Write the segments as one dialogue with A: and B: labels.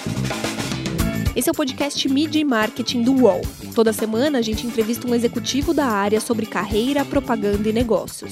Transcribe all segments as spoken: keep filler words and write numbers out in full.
A: Esse é o podcast Mídia e Marketing do U O L. Toda semana a gente entrevista um executivo da área sobre carreira, propaganda e negócios.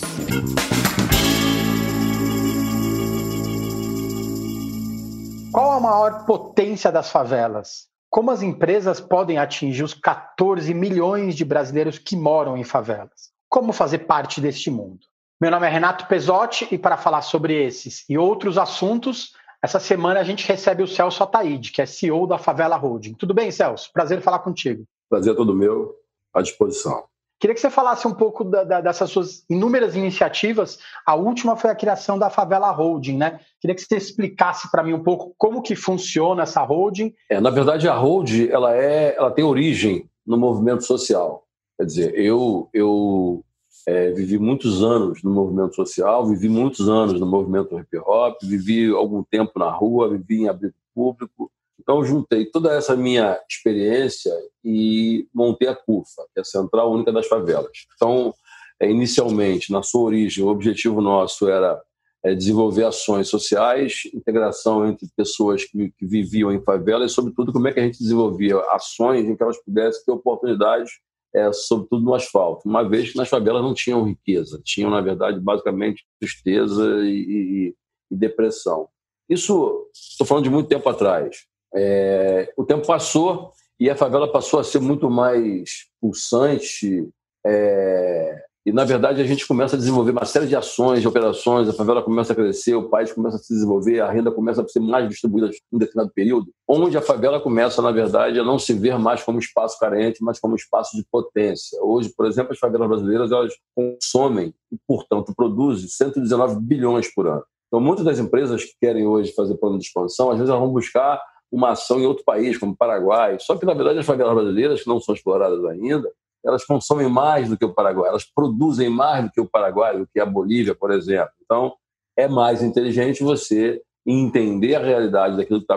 B: Qual a maior potência das favelas? Como as empresas podem atingir os quatorze milhões de brasileiros que moram em favelas? Como fazer parte deste mundo? Meu nome é Renato Pesotti e para falar sobre esses e outros assuntos, essa semana a gente recebe o Celso Ataide, que é C E O da Favela Holding. Tudo bem, Celso? Prazer falar contigo.
C: Prazer é todo meu, à disposição.
B: Queria que você falasse um pouco da, da, dessas suas inúmeras iniciativas. A última foi a criação da Favela Holding, né? Queria que você explicasse para mim um pouco como que funciona essa holding.
C: É, na verdade, a holding ela é, ela tem origem no movimento social. Quer dizer, eu, eu é, vivi muitos anos no movimento social, vivi muitos anos no movimento hip hop, vivi algum tempo na rua, vivi em abrigo público. Então, eu juntei toda essa minha experiência e montei a CUFA, que é a Central Única das Favelas. Então, é, inicialmente, na sua origem, o objetivo nosso era é, desenvolver ações sociais, integração entre pessoas que, que viviam em favelas e, sobretudo, como é que a gente desenvolvia ações em que elas pudessem ter oportunidades, é, sobretudo no asfalto, uma vez que nas favelas não tinham riqueza, tinham, na verdade, basicamente tristeza e, e, e depressão. Isso, estou falando de muito tempo atrás. É, o tempo passou e a favela passou a ser muito mais pulsante é, e, na verdade, a gente começa a desenvolver uma série de ações, de operações, a favela começa a crescer, o país começa a se desenvolver, a renda começa a ser mais distribuída em um determinado período, onde a favela começa, na verdade, a não se ver mais como espaço carente, mas como espaço de potência. Hoje, por exemplo, as favelas brasileiras elas consomem e, portanto, produzem cento e dezenove bilhões por ano. Então, muitas das empresas que querem hoje fazer plano de expansão, às vezes elas vão buscar uma ação em outro país, como o Paraguai. Só que, na verdade, as favelas brasileiras, que não são exploradas ainda, elas consomem mais do que o Paraguai, elas produzem mais do que o Paraguai, do que a Bolívia, por exemplo. Então, é mais inteligente você entender a realidade daquilo que está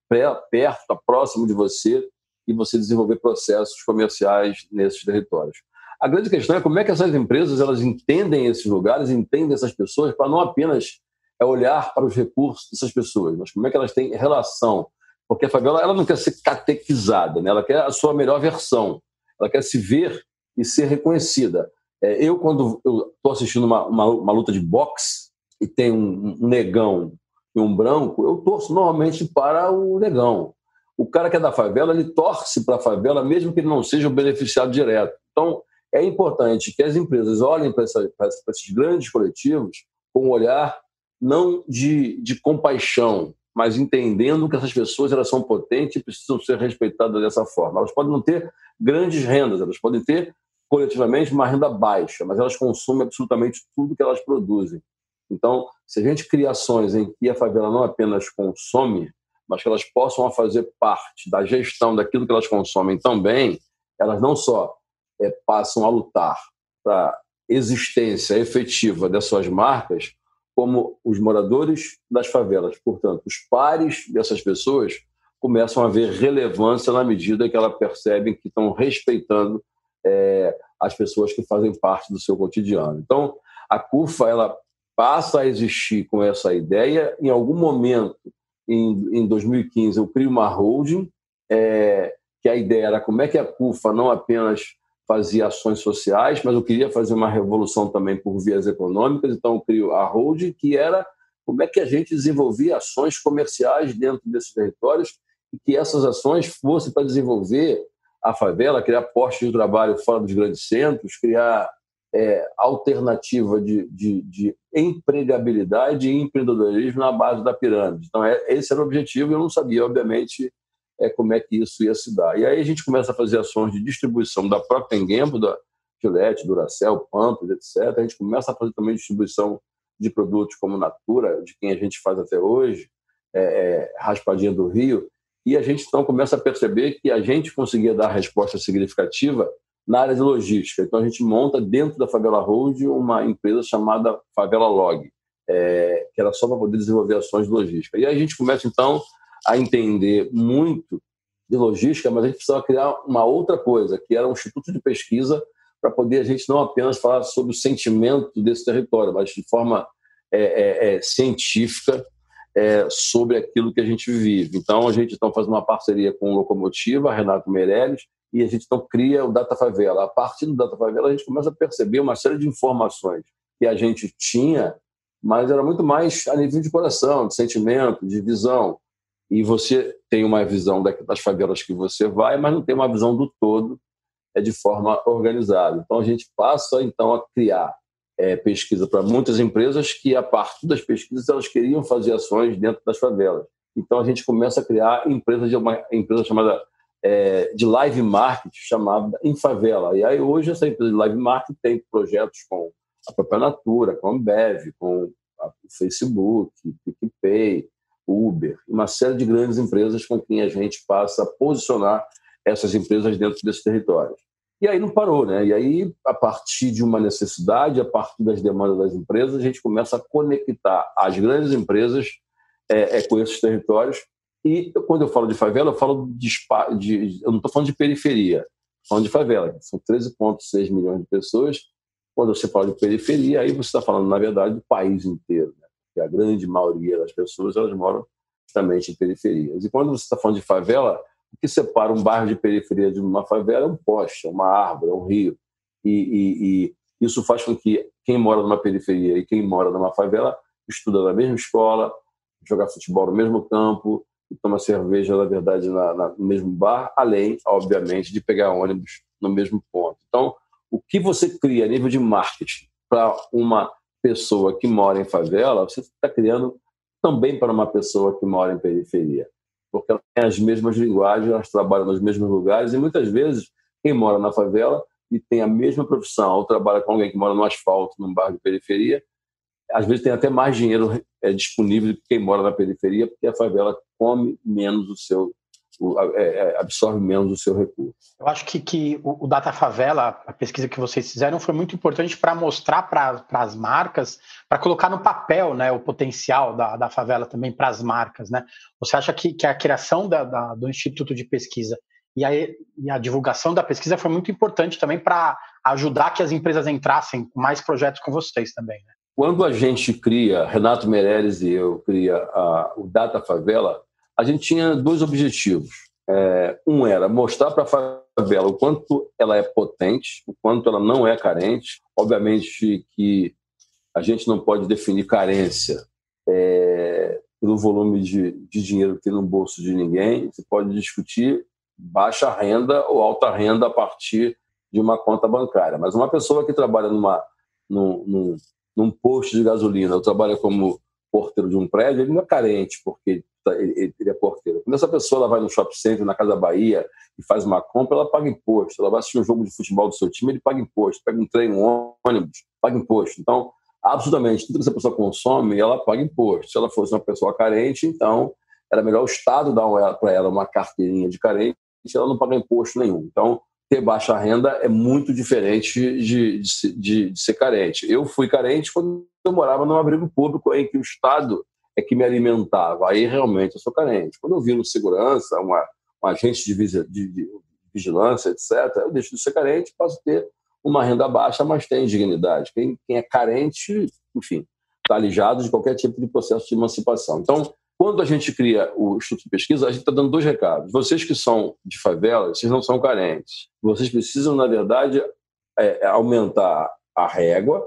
C: perto, está próximo de você, e você desenvolver processos comerciais nesses territórios. A grande questão é como é que essas empresas elas entendem esses lugares, entendem essas pessoas, para não apenas olhar para os recursos dessas pessoas, mas como é que elas têm relação. Porque a favela ela não quer ser catequizada, né? Ela quer a sua melhor versão, ela quer se ver e ser reconhecida. É, eu, quando estou assistindo uma, uma, uma luta de boxe e tem um, um negão e um branco, eu torço normalmente para o negão. O cara que é da favela, ele torce para a favela, mesmo que ele não seja o beneficiado direto. Então, é importante que as empresas olhem para, essa, para esses grandes coletivos com um olhar não de, de compaixão, mas entendendo que essas pessoas elas são potentes e precisam ser respeitadas dessa forma. Elas podem não ter grandes rendas, elas podem ter, coletivamente, uma renda baixa, mas elas consomem absolutamente tudo que elas produzem. Então, se a gente cria ações em que a favela não apenas consome, mas que elas possam fazer parte da gestão daquilo que elas consomem também, elas não só é, passam a lutar para a existência efetiva das suas marcas, como os moradores das favelas. Portanto, os pares dessas pessoas começam a ver relevância na medida que elas percebem que estão respeitando é, as pessoas que fazem parte do seu cotidiano. Então, a CUFA ela passa a existir com essa ideia. Em algum momento, em, em dois mil e quinze, eu crio uma holding, é, que a ideia era como é que a CUFA não apenas fazia ações sociais, mas eu queria fazer uma revolução também por vias econômicas, então eu crio a holding, que era como é que a gente desenvolvia ações comerciais dentro desses territórios e que essas ações fossem para desenvolver a favela, criar postos de trabalho fora dos grandes centros, criar é, alternativa de, de, de empregabilidade e empreendedorismo na base da pirâmide. Então, é, esse era o objetivo e eu não sabia, obviamente, é, como é que isso ia se dar. E aí a gente começa a fazer ações de distribuição da própria Engembo, da Gillette, Duracell, Pampers, etcétera. A gente começa a fazer também distribuição de produtos como Natura, de quem a gente faz até hoje, é, é, Raspadinha do Rio, e a gente então começa a perceber que a gente conseguia dar resposta significativa na área de logística. Então a gente monta dentro da Favela Holding uma empresa chamada Favela Log, é, que era só para poder desenvolver ações de logística. E aí a gente começa então a entender muito de logística, mas a gente precisava criar uma outra coisa, que era um instituto de pesquisa para poder a gente não apenas falar sobre o sentimento desse território, mas de forma é, é, é, científica, é, sobre aquilo que a gente vive. Então, a gente está fazendo uma parceria com o Locomotiva, Renato Meirelles, e a gente então cria o Data Favela. A partir do Data Favela, a gente começa a perceber uma série de informações que a gente tinha, mas era muito mais a nível de coração, de sentimento, de visão. E você tem uma visão das favelas que você vai, mas não tem uma visão do todo é, de forma organizada. Então, a gente passa então a criar é, pesquisa para muitas empresas que, a partir das pesquisas, elas queriam fazer ações dentro das favelas. Então, a gente começa a criar empresas de uma empresa chamada é, de live marketing, chamada Infavela. E aí, hoje, essa empresa de live marketing tem projetos com a própria Natura, com a Ambev, com o Facebook, PicPay, Uber, uma série de grandes empresas com quem a gente passa a posicionar essas empresas dentro desses territórios. E aí não parou, né? E aí, a partir de uma necessidade, a partir das demandas das empresas, a gente começa a conectar as grandes empresas é, é, com esses territórios. E quando eu falo de favela, eu falo de, de eu não estou falando de periferia, estou falando de favela. São treze vírgula seis milhões de pessoas. Quando você fala de periferia, aí você está falando, na verdade, do país inteiro, né? Porque a grande maioria das pessoas, elas moram justamente em periferias. E quando você está falando de favela, o que separa um bairro de periferia de uma favela é um poste, é uma árvore, é um rio. E, e, e isso faz com que quem mora numa periferia e quem mora numa favela estuda na mesma escola, joga futebol no mesmo campo e toma cerveja, na verdade, na, na, no mesmo bar, além, obviamente, de pegar ônibus no mesmo ponto. Então, o que você cria a nível de marketing para uma pessoa que mora em favela, você está criando também para uma pessoa que mora em periferia. Porque elas têm as mesmas linguagens, elas trabalham nos mesmos lugares e muitas vezes quem mora na favela e tem a mesma profissão ou trabalha com alguém que mora no asfalto, num bairro de periferia, às vezes tem até mais dinheiro é, disponível do que quem mora na periferia, porque a favela come menos o seu, o, é, absorve menos o seu recurso.
B: Eu acho que, que o, o Data Favela, a pesquisa que vocês fizeram, foi muito importante para mostrar para as marcas, para colocar no papel, né, o potencial da, da favela também para as marcas, né? Você acha que, que a criação da, da, do Instituto de Pesquisa e a, e a divulgação da pesquisa foi muito importante também para ajudar que as empresas entrassem com mais projetos com vocês também, né?
C: Quando a gente cria, Renato Meirelles e eu cria a, o Data Favela, a gente tinha dois objetivos. É, um era mostrar para a favela o quanto ela é potente, o quanto ela não é carente. Obviamente que a gente não pode definir carência é, pelo volume de, de dinheiro que tem no bolso de ninguém. Você pode discutir baixa renda ou alta renda a partir de uma conta bancária. Mas uma pessoa que trabalha numa, num, num, num posto de gasolina ou trabalha como porteiro de um prédio, ele não é carente porque ele, ele é porteiro. Quando essa pessoa ela vai no shopping center, na Casa Bahia, e faz uma compra, ela paga imposto. Ela vai assistir um jogo de futebol do seu time, ele paga imposto. Pega um trem, um ônibus, paga imposto. Então, absolutamente, tudo que essa pessoa consome, ela paga imposto. Se ela fosse uma pessoa carente, então, era melhor o Estado dar para ela uma carteirinha de carente, ela não paga imposto nenhum. Então, ter baixa renda é muito diferente de, de, de, de ser carente. Eu fui carente quando eu morava num abrigo público em que o Estado é que me alimentava. Aí, realmente, eu sou carente. Quando eu viro segurança, uma, um agente de, de, de vigilância, etcétera, eu deixo de ser carente e passo a ter uma renda baixa, mas tem dignidade. Quem, quem é carente, enfim, está alijado de qualquer tipo de processo de emancipação. Então, quando a gente cria o Instituto de Pesquisa, a gente está dando dois recados. Vocês que são de favela, vocês não são carentes. Vocês precisam, na verdade, é, aumentar a régua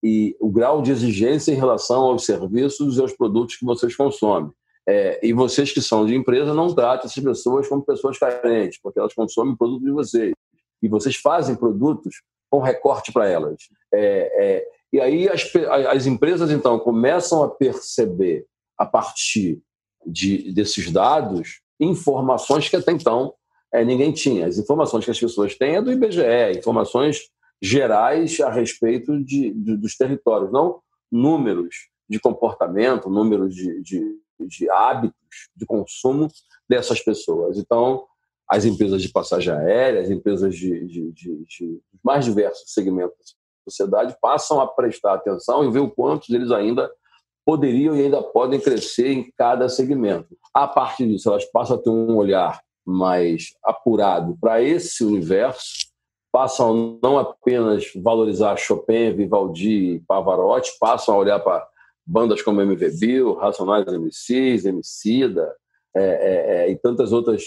C: e o grau de exigência em relação aos serviços e aos produtos que vocês consomem. É, e vocês que são de empresa, não tratem essas pessoas como pessoas carentes, porque elas consomem produtos de vocês. E vocês fazem produtos com recorte para elas. É, é, e aí as, as empresas, então, começam a perceber, a partir de, desses dados, informações que até então é, ninguém tinha. As informações que as pessoas têm é do I B G E, informações gerais a respeito de, de, dos territórios, não números de comportamento, números de, de, de hábitos de consumo dessas pessoas. Então, as empresas de passagem aérea, as empresas de, de, de, de mais diversos segmentos da sociedade passam a prestar atenção e ver o quanto eles ainda poderiam e ainda podem crescer em cada segmento. A partir disso, elas passam a ter um olhar mais apurado para esse universo, passam a não apenas valorizar Chopin, Vivaldi e Pavarotti, passam a olhar para bandas como M V Bill, Racionais M Cs, Emicida, é, é, é, e tantas outras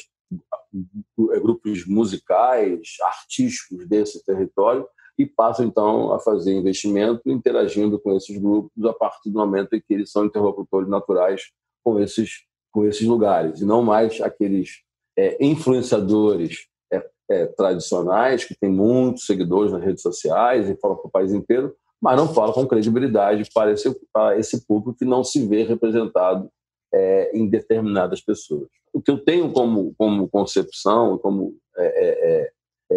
C: grupos musicais, artísticos desse território, e passam, então, a fazer investimento interagindo com esses grupos a partir do momento em que eles são interlocutores naturais com esses, com esses lugares, e não mais aqueles é, influenciadores é, é, tradicionais, que têm muitos seguidores nas redes sociais e falam para o país inteiro, mas não falam com credibilidade para esse, para esse público que não se vê representado é, em determinadas pessoas. O que eu tenho como, como concepção, como é, é,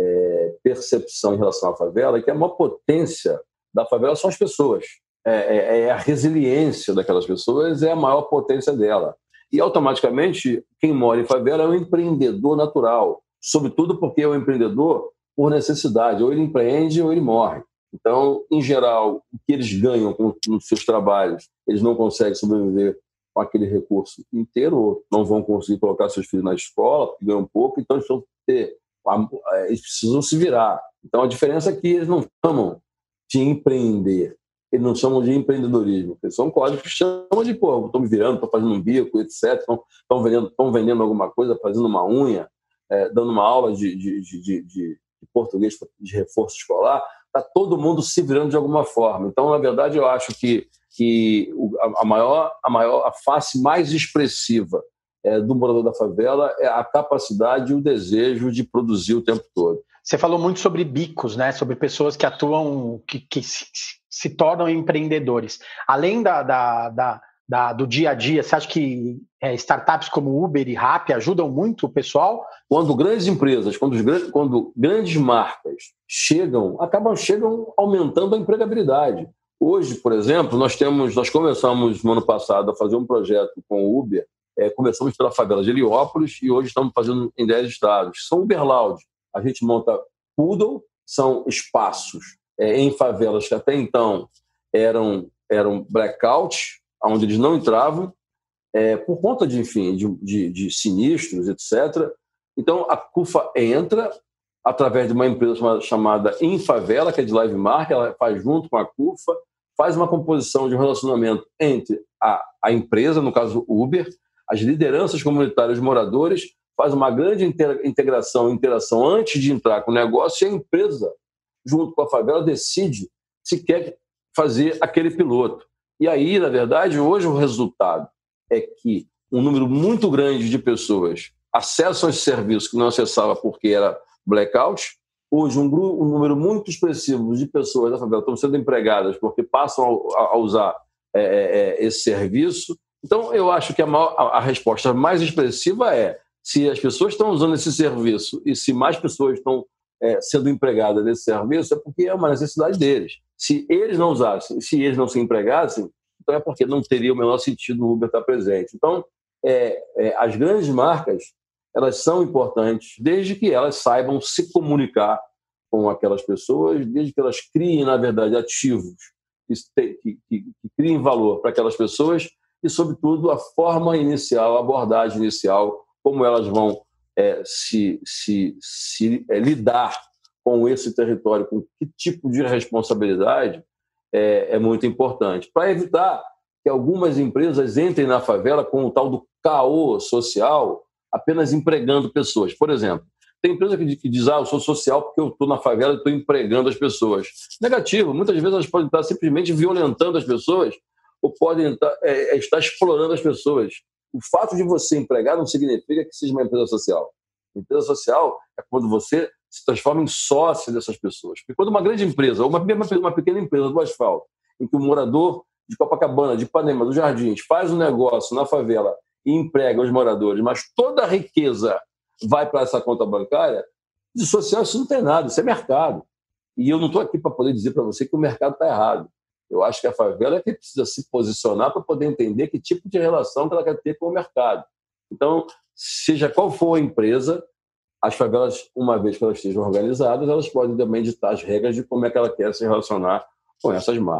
C: é, percepção em relação à favela é que a maior potência da favela são as pessoas. É, é, é a resiliência daquelas pessoas, é a maior potência dela. E, automaticamente, quem mora em favela é um empreendedor natural, sobretudo porque é um empreendedor por necessidade. Ou ele empreende ou ele morre. Então, em geral, o que eles ganham com os seus trabalhos, eles não conseguem sobreviver com aquele recurso inteiro, ou não vão conseguir colocar seus filhos na escola, porque ganham pouco, então eles, ter, eles precisam se virar. Então, a diferença é que eles não chamam de empreender, eles não chamam de empreendedorismo, eles são códigos que chamam de, pô, estou me virando, estou fazendo um bico, etcétera, estão vendendo, estão vendendo alguma coisa, fazendo uma unha, é, dando uma aula de, de, de, de, de português de reforço escolar, está todo mundo se virando de alguma forma. Então, na verdade, eu acho que que a maior, a maior, a face mais expressiva é, do morador da favela é a capacidade e o desejo de produzir o tempo todo.
B: Você falou muito sobre bicos, né? Sobre pessoas que atuam, que, que se, se tornam empreendedores. Além da, da, da, da, do dia a dia, você acha que é, startups como Uber e Rappi ajudam muito o pessoal?
C: Quando grandes empresas, quando, os, quando grandes marcas chegam, acabam chegam aumentando a empregabilidade. Hoje, por exemplo, nós temos, nós começamos no ano passado a fazer um projeto com o Uber, é, começamos pela favela de Heliópolis e hoje estamos fazendo em dez estados. São Uber Loud. A gente monta Poodle, são espaços é, em favelas que até então eram, eram blackout, onde eles não entravam, é, por conta de, enfim, de, de, de sinistros, etcétera. Então, a CUFA entra através de uma empresa chamada, chamada Infavela, que é de Live Market, ela faz junto com a CUFA, faz uma composição de um relacionamento entre a, a empresa, no caso Uber, as lideranças comunitárias, os moradores, faz uma grande integração, interação antes de entrar com o negócio, e a empresa, junto com a favela, decide se quer fazer aquele piloto. E aí, na verdade, hoje o resultado é que um número muito grande de pessoas acessam esse serviço que não acessava porque era blackout. Hoje, um, grupo, um número muito expressivo de pessoas da favela estão sendo empregadas porque passam a, a usar é, é, esse serviço. Então, eu acho que a, maior, a, a resposta mais expressiva é se as pessoas estão usando esse serviço e se mais pessoas estão é, sendo empregadas nesse serviço, é porque é uma necessidade deles. Se eles não usassem, se eles não se empregassem, então é porque não teria o menor sentido o Uber estar presente. Então, é, é, as grandes marcas, elas são importantes desde que elas saibam se comunicar com aquelas pessoas, desde que elas criem, na verdade, ativos que, que, que, que criem valor para aquelas pessoas e, sobretudo, a forma inicial, a abordagem inicial, como elas vão é, se, se, se é, lidar com esse território, com que tipo de responsabilidade é, é muito importante, para evitar que algumas empresas entrem na favela com o tal do caô social, apenas empregando pessoas. Por exemplo, tem empresa que diz, ah, eu sou social porque eu estou na favela e estou empregando as pessoas. Negativo. Muitas vezes elas podem estar simplesmente violentando as pessoas ou podem estar, é, estar explorando as pessoas. O fato de você empregar não significa que seja uma empresa social. Empresa social é quando você se transforma em sócio dessas pessoas. Porque quando uma grande empresa, ou uma, uma pequena empresa do asfalto, em que o morador de Copacabana, de Ipanema, dos Jardins, faz um negócio na favela e emprega os moradores, mas toda a riqueza vai para essa conta bancária, de social isso não tem nada, isso é mercado. E eu não estou aqui para poder dizer para você que o mercado está errado. Eu acho que a favela é que precisa se posicionar para poder entender que tipo de relação que ela quer ter com o mercado. Então, seja qual for a empresa, as favelas, uma vez que elas estejam organizadas, elas podem também ditar as regras de como é que ela quer se relacionar com essas marcas.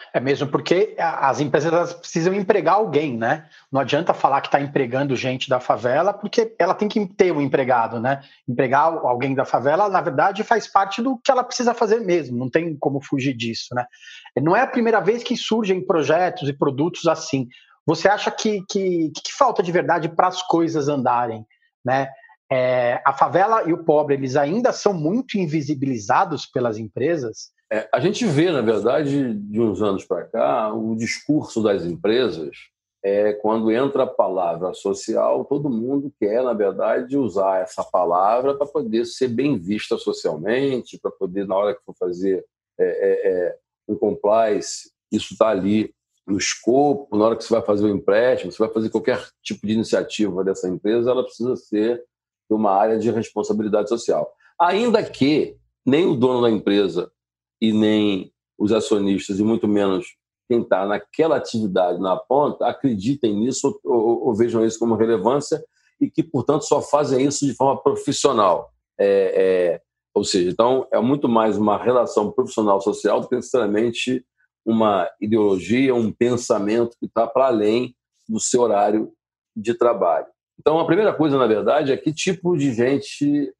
B: É mesmo porque as empresas precisam empregar alguém, né? Não adianta falar que está empregando gente da favela, porque ela tem que ter um empregado, né? Empregar alguém da favela, na verdade, faz parte do que ela precisa fazer mesmo, não tem como fugir disso, né? Não é a primeira vez que surgem projetos e produtos assim. Você acha que, que, que falta de verdade para as coisas andarem, né? É, a favela e o pobre, eles ainda são muito invisibilizados pelas empresas?
C: É, a gente vê, na verdade, de uns anos para cá, o discurso das empresas é quando entra a palavra social, todo mundo quer, na verdade, usar essa palavra para poder ser bem vista socialmente, para poder, na hora que for fazer é, é, é, um compliance, isso está ali no escopo, na hora que você vai fazer o empréstimo, você vai fazer qualquer tipo de iniciativa dessa empresa, ela precisa ser de uma área de responsabilidade social. Ainda que nem o dono da empresa e nem os acionistas, e muito menos quem está naquela atividade na ponta, acreditem nisso ou, ou, ou vejam isso como relevância e que, portanto, só fazem isso de forma profissional. É, é, ou seja, então, é muito mais uma relação profissional-social do que necessariamente uma ideologia, um pensamento que está para além do seu horário de trabalho. Então, a primeira coisa, na verdade, é que tipo de gente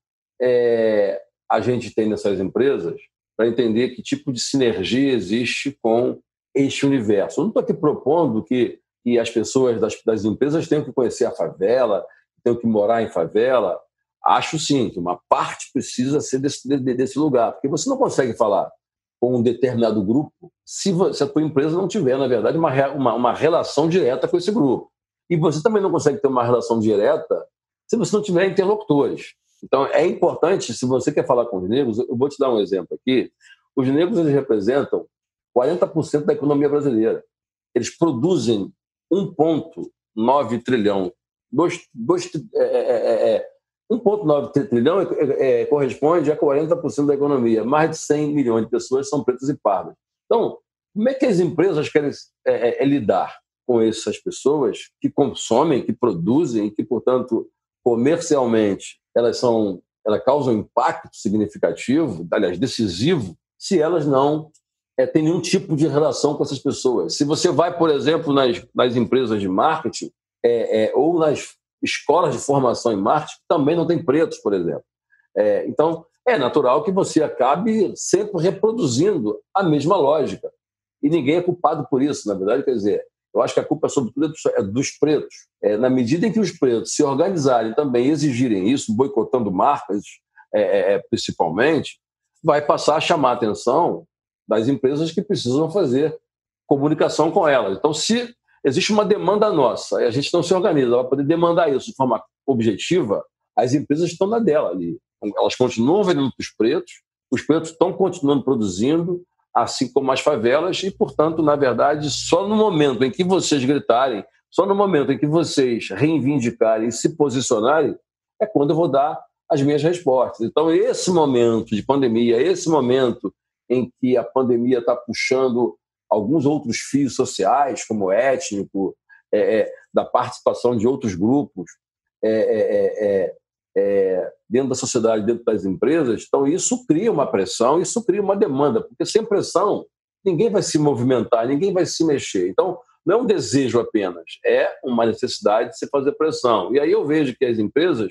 C: é, a gente tem nessas empresas para entender que tipo de sinergia existe com este universo. Eu não estou aqui propondo que, que as pessoas das, das empresas tenham que conhecer a favela, tenham que morar em favela. Acho sim que uma parte precisa ser desse, desse lugar, porque você não consegue falar com um determinado grupo se, se a tua empresa não tiver, na verdade, uma, uma, uma relação direta com esse grupo. E você também não consegue ter uma relação direta se você não tiver interlocutores. Então, é importante, se você quer falar com os negros, eu vou te dar um exemplo aqui. Os negros, eles representam quarenta por cento da economia brasileira. Eles produzem um vírgula nove trilhão. dois, dois, é, é, é, um vírgula nove trilhão é, é, corresponde a quarenta por cento da economia. Mais de cem milhões de pessoas são pretas e pardas. Então, como é que as empresas querem é, é, lidar com essas pessoas que consomem, que produzem, que, portanto, comercialmente, elas são, elas causam impacto significativo, aliás, decisivo, se elas não é, têm nenhum tipo de relação com essas pessoas. Se você vai, por exemplo, nas, nas empresas de marketing é, é, ou nas escolas de formação em marketing, também não tem pretos, por exemplo. É, então, é natural que você acabe sempre reproduzindo a mesma lógica. E ninguém é culpado por isso, na verdade, quer dizer, eu acho que a culpa, sobretudo, é dos pretos. É, na medida em que os pretos se organizarem também e exigirem isso, boicotando marcas, é, é, principalmente, vai passar a chamar a atenção das empresas que precisam fazer comunicação com elas. Então, se existe uma demanda nossa e a gente não se organiza para poder demandar isso de forma objetiva, as empresas estão na dela ali. Elas continuam vendendo para os pretos, os pretos estão continuando produzindo, assim como as favelas, e, portanto, na verdade, só no momento em que vocês gritarem, só no momento em que vocês reivindicarem e se posicionarem, é quando eu vou dar as minhas respostas. Então, esse momento de pandemia, esse momento em que a pandemia está puxando alguns outros fios sociais, como étnico, é, é, da participação de outros grupos é, é, é, é, dentro da sociedade, dentro das empresas, então isso cria uma pressão, isso cria uma demanda, porque sem pressão ninguém vai se movimentar, ninguém vai se mexer. Então, não é um desejo apenas, é uma necessidade de se fazer pressão. E aí eu vejo que as empresas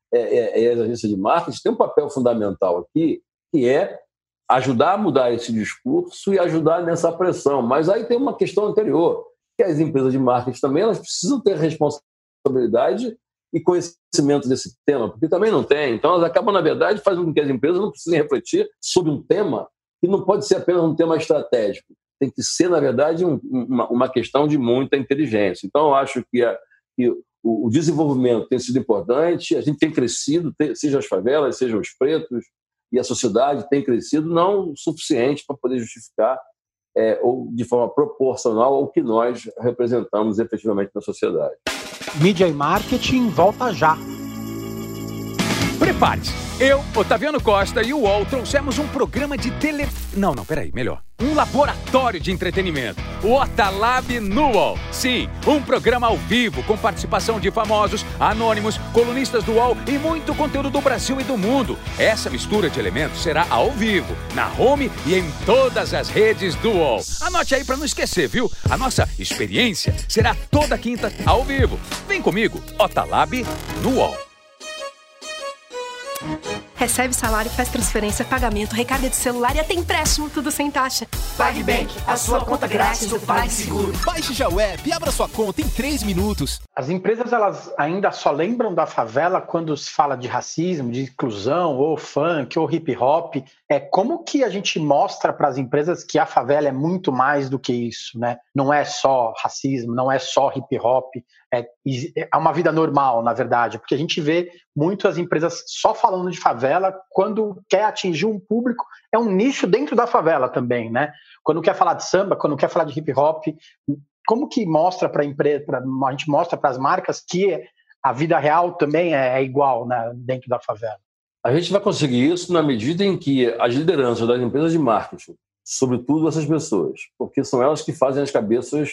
C: é, é, as agências de marketing têm um papel fundamental aqui, que é ajudar a mudar esse discurso e ajudar nessa pressão. Mas aí tem uma questão anterior, que as empresas de marketing também elas precisam ter responsabilidade e conhecimento desse tema, porque também não tem. Então, elas acabam, na verdade, fazendo com que as empresas não precisem refletir sobre um tema que não pode ser apenas um tema estratégico. Tem que ser, na verdade, um, uma, uma questão de muita inteligência. Então, eu acho que, a, que o, o desenvolvimento tem sido importante, a gente tem crescido, tem, seja as favelas, sejam os pretos, e a sociedade tem crescido não o suficiente para poder justificar é, ou de forma proporcional ao que nós representamos efetivamente na sociedade.
B: Mídia e Marketing volta já.
D: Prepare-se. Eu, Otaviano Costa e o U O L trouxemos um programa de tele... Não, não, peraí, melhor. um laboratório de entretenimento. O Otalab no U O L. Sim, um programa ao vivo com participação de famosos, anônimos, colunistas do U O L e muito conteúdo do Brasil e do mundo. Essa mistura de elementos será ao vivo, na home e em todas as redes do U O L. Anote aí para não esquecer, viu? A nossa experiência será toda quinta ao vivo. Vem comigo, Otalab no U O L.
E: Recebe salário, faz transferência, pagamento, recarga de celular e até empréstimo, tudo sem taxa.
F: PagBank, a sua conta grátis do PagSeguro.
G: Baixe já o app e abra sua conta em três minutos.
B: As empresas, elas ainda só lembram da favela quando se fala de racismo, de inclusão, ou funk, ou hip hop. É, como que a gente mostra para as empresas que a favela é muito mais do que isso, né? Não é só racismo, não é só hip hop, é, é uma vida normal, na verdade, porque a gente vê muito as empresas só falando de favela quando quer atingir um público, é um nicho dentro da favela também, né? Quando quer falar de samba, quando quer falar de hip hop, como que mostra para a empresa, pra, a gente mostra para as marcas que a vida real também é, é igual, né, dentro da favela?
C: A gente vai conseguir isso na medida em que as lideranças das empresas de marketing, sobretudo essas pessoas, porque são elas que fazem as cabeças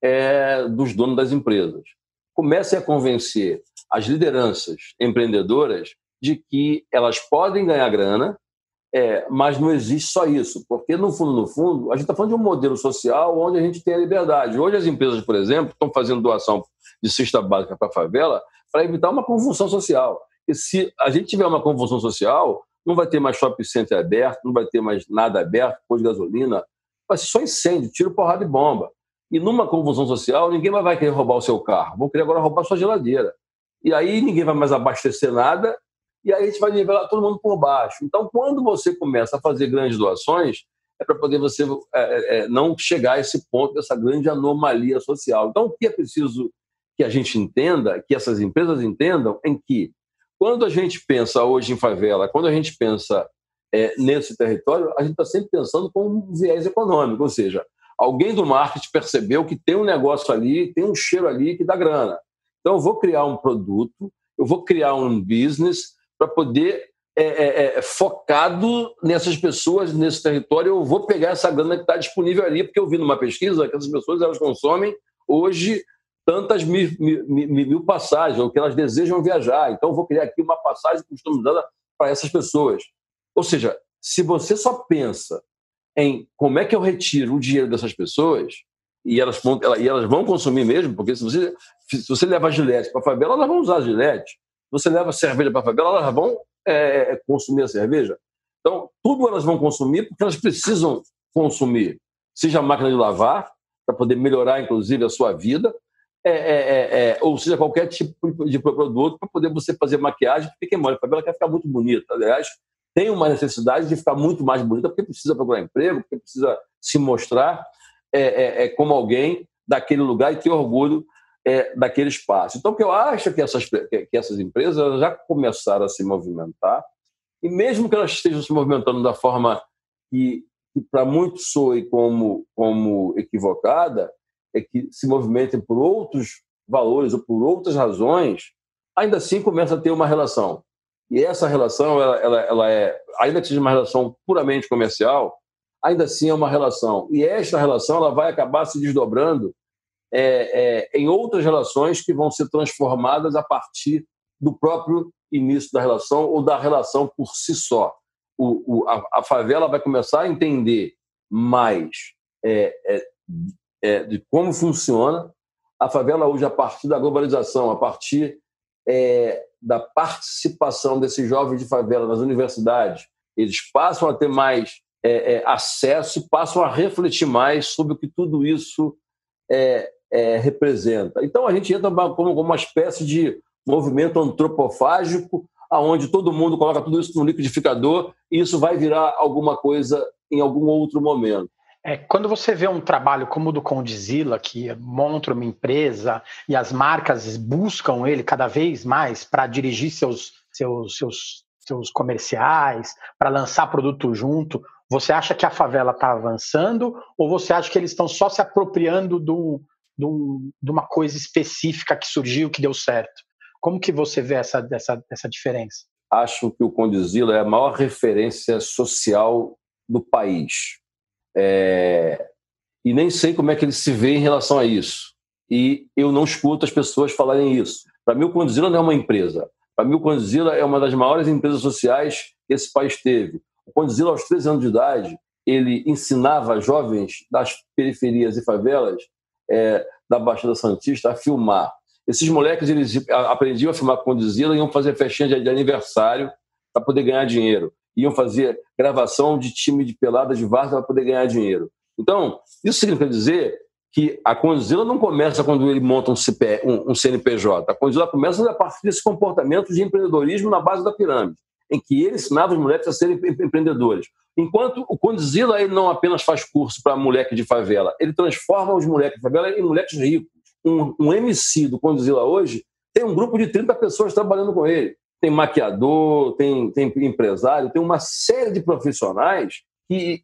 C: é, dos donos das empresas, comecem a convencer as lideranças empreendedoras de que elas podem ganhar grana, é, mas não existe só isso, porque no fundo, no fundo, a gente está falando de um modelo social onde a gente tem a liberdade. Hoje as empresas, por exemplo, estão fazendo doação de cesta básica para a favela para evitar uma convulsão social. E se a gente tiver uma convulsão social, não vai ter mais shopping center aberto, não vai ter mais nada aberto, posto de gasolina, vai ser só incêndio, tiro, porrada e bomba. E numa convulsão social, ninguém vai querer roubar o seu carro, vão querer agora roubar a sua geladeira. E aí ninguém vai mais abastecer nada, e aí a gente vai nivelar todo mundo por baixo. Então, quando você começa a fazer grandes doações, é para poder você é, é, não chegar a esse ponto dessa grande anomalia social. Então, o que é preciso que a gente entenda, que essas empresas entendam, em que quando a gente pensa hoje em favela, quando a gente pensa é, nesse território, a gente está sempre pensando com um viés econômico, ou seja, alguém do marketing percebeu que tem um negócio ali, tem um cheiro ali que dá grana. Então, eu vou criar um produto, eu vou criar um business para poder, é, é, é, focado nessas pessoas, nesse território, eu vou pegar essa grana que está disponível ali, porque eu vi numa pesquisa que essas pessoas elas consomem hoje tantas mil, mil, mil, mil passagens, ou que elas desejam viajar. Então, eu vou criar aqui uma passagem customizada para essas pessoas. Ou seja, se você só pensa em como é que eu retiro o dinheiro dessas pessoas, e elas vão, e elas vão consumir mesmo, porque se você, se você leva Gillette para a favela, elas vão usar a Gillette. Se você leva cerveja para a favela, elas vão é, consumir a cerveja. Então, tudo elas vão consumir porque elas precisam consumir. Seja a máquina de lavar, para poder melhorar, inclusive, a sua vida, é, é, é, ou seja, qualquer tipo de produto para poder você fazer maquiagem, porque quem mora em favela quer ficar muito bonita. Aliás, tem uma necessidade de ficar muito mais bonita porque precisa procurar emprego, porque precisa se mostrar é, é, é, como alguém daquele lugar e ter orgulho é, daquele espaço. Então, o que eu acho é que essas, que essas empresas já começaram a se movimentar, e mesmo que elas estejam se movimentando da forma que, que para muitos soe como, como equivocada, é que se movimentem por outros valores ou por outras razões, ainda assim começa a ter uma relação. E essa relação, ela, ela, ela é, ainda que seja uma relação puramente comercial, ainda assim é uma relação. E esta relação ela vai acabar se desdobrando é, é, em outras relações que vão ser transformadas a partir do próprio início da relação ou da relação por si só. O, o, a, a favela vai começar a entender mais é, é, é, de como funciona. A favela hoje, a partir da globalização, a partir é, da participação desses jovens de favela nas universidades, eles passam a ter mais é, é, acesso e passam a refletir mais sobre o que tudo isso é, é, representa. Então, a gente entra como uma espécie de movimento antropofágico, onde todo mundo coloca tudo isso no liquidificador e isso vai virar alguma coisa em algum outro momento.
B: É, quando você vê um trabalho como o do Condzilla, que monta uma empresa e as marcas buscam ele cada vez mais para dirigir seus, seus, seus, seus comerciais, para lançar produto junto, você acha que a favela está avançando ou você acha que eles estão só se apropriando de, um, de, um, de uma coisa específica que surgiu, que deu certo? Como que você vê essa, essa, essa diferença?
C: Acho que o Condzilla é a maior referência social do país. É... E nem sei como é que ele se vê em relação a isso. E eu não escuto as pessoas falarem isso. Para mim, o Condzilla não é uma empresa. Para mim, o Condzilla é uma das maiores empresas sociais que esse país teve. O Condzilla, aos treze anos de idade, ele ensinava jovens das periferias e favelas é, da Baixada Santista a filmar. Esses moleques, eles aprendiam a filmar com o Condzilla e iam fazer festinha de aniversário para poder ganhar dinheiro. Iam fazer gravação de time de pelada de várzea para poder ganhar dinheiro. Então, isso significa dizer que a Condzilla não começa quando ele monta um, C P, um, um C N P J. A Condzilla começa a partir desse comportamento de empreendedorismo na base da pirâmide, em que ele ensinava os moleques a serem empreendedores. Enquanto o Condzilla ele não apenas faz curso para moleque de favela, ele transforma os moleques de favela em moleques ricos. Um, um M C do Condzilla hoje tem um grupo de trinta pessoas trabalhando com ele. Tem maquiador, tem, tem empresário, tem uma série de profissionais que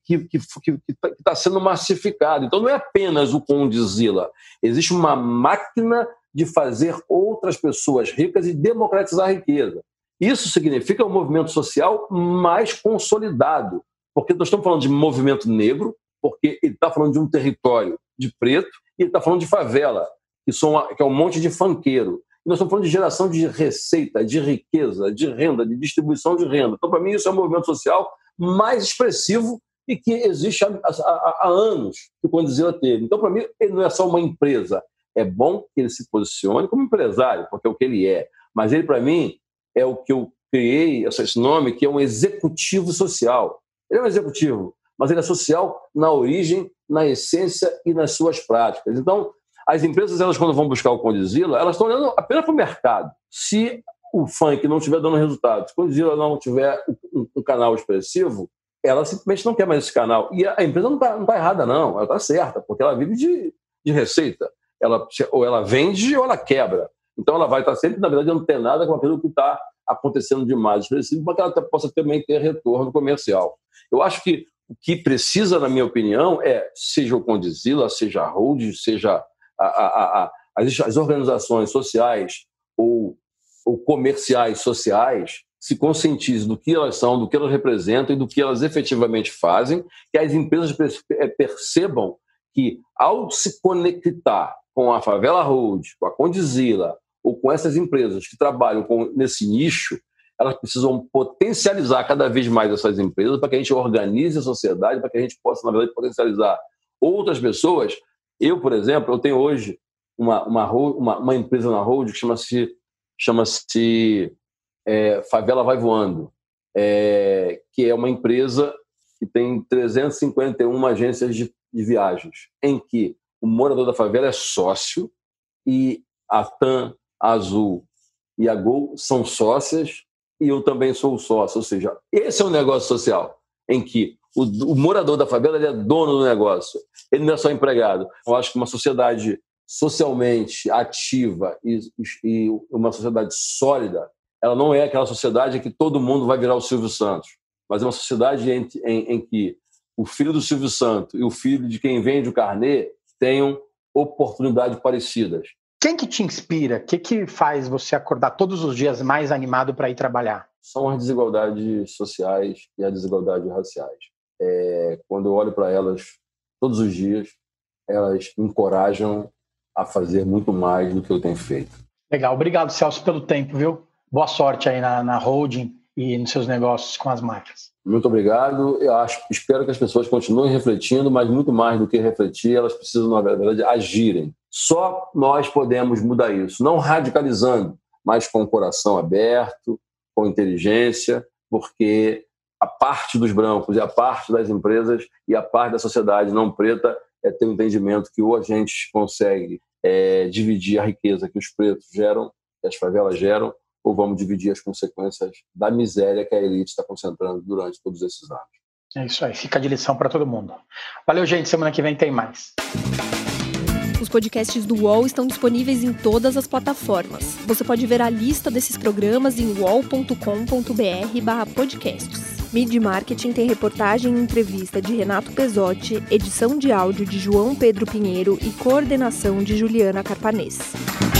C: está sendo massificado. Então, não é apenas o Condzilla. Existe uma máquina de fazer outras pessoas ricas e democratizar a riqueza. Isso significa um movimento social mais consolidado, porque nós estamos falando de movimento negro, porque ele está falando de um território de preto, e ele está falando de favela, que, são, que é um monte de funkeiro. E nós estamos falando de geração de receita, de riqueza, de renda, de distribuição de renda. Então, para mim, isso é um movimento social mais expressivo e que existe há, há, há anos que o Condzilla teve. Então, para mim, ele não é só uma empresa. É bom que ele se posicione como empresário, porque é o que ele é. Mas ele, para mim, é o que eu criei, esse nome, que é um executivo social. Ele é um executivo, mas ele é social na origem, na essência e nas suas práticas. Então, as empresas, elas, quando vão buscar o Condzilla, elas estão olhando apenas para o mercado. Se o funk não estiver dando resultado, se o Condzilla não tiver um, um canal expressivo, ela simplesmente não quer mais esse canal. E a empresa não está não tá errada, não. Ela está certa, porque ela vive de, de receita. Ela, ou ela vende ou ela quebra. Então, ela vai estar sempre, na verdade, antenada com aquilo que está acontecendo de mais expressivo, para que ela possa também ter retorno comercial. Eu acho que o que precisa, na minha opinião, é, seja o Condzilla, seja a Hold, seja a, a, a, as, as organizações sociais ou, ou comerciais sociais, se conscientizem do que elas são, do que elas representam e do que elas efetivamente fazem, que as empresas percebam que, ao se conectar com a Favela Hold, com a Condzilla, ou com essas empresas que trabalham com, nesse nicho, elas precisam potencializar cada vez mais essas empresas para que a gente organize a sociedade, para que a gente possa, na verdade, potencializar outras pessoas. Eu, por exemplo, eu tenho hoje uma, uma, uma, uma empresa na Hold que chama-se chama-se é, Favela Vai Voando, é, que é uma empresa que tem trezentas e cinquenta e uma agências de, de viagens, em que o morador da favela é sócio e a TAM, a Azul e a Gol são sócias e eu também sou sócio. Ou seja, esse é um negócio social em que o, o morador da favela ele é dono do negócio, ele não é só empregado. Eu acho que uma sociedade socialmente ativa e, e uma sociedade sólida, ela não é aquela sociedade em que todo mundo vai virar o Silvio Santos, mas é uma sociedade em, em, em que o filho do Silvio Santos e o filho de quem vende o carnê tenham oportunidades parecidas.
B: Quem que te inspira? O que, que faz você acordar todos os dias mais animado para ir trabalhar?
C: São as desigualdades sociais e as desigualdades raciais. É, quando eu olho para elas todos os dias, elas me encorajam a fazer muito mais do que eu tenho feito.
B: Legal. Obrigado, Celso, pelo tempo, viu? Boa sorte aí na, na holding e nos seus negócios com as máquinas.
C: Muito obrigado. Eu acho, espero que as pessoas continuem refletindo, mas muito mais do que refletir, elas precisam, na verdade, agirem. Só nós podemos mudar isso, não radicalizando, mas com o coração aberto, com inteligência, porque a parte dos brancos e a parte das empresas e a parte da sociedade não preta é ter um entendimento que ou a gente consegue é, dividir a riqueza que os pretos geram, que as favelas geram, ou vamos dividir as consequências da miséria que a elite está concentrando durante todos esses anos.
B: É isso aí, fica de lição para todo mundo. Valeu, gente, semana que vem tem mais.
A: Os podcasts do U O L estão disponíveis em todas as plataformas. Você pode ver a lista desses programas em uol ponto com ponto br barra podcasts. Mid Marketing tem reportagem e entrevista de Renato Pesotti, edição de áudio de João Pedro Pinheiro e coordenação de Juliana Carpanês.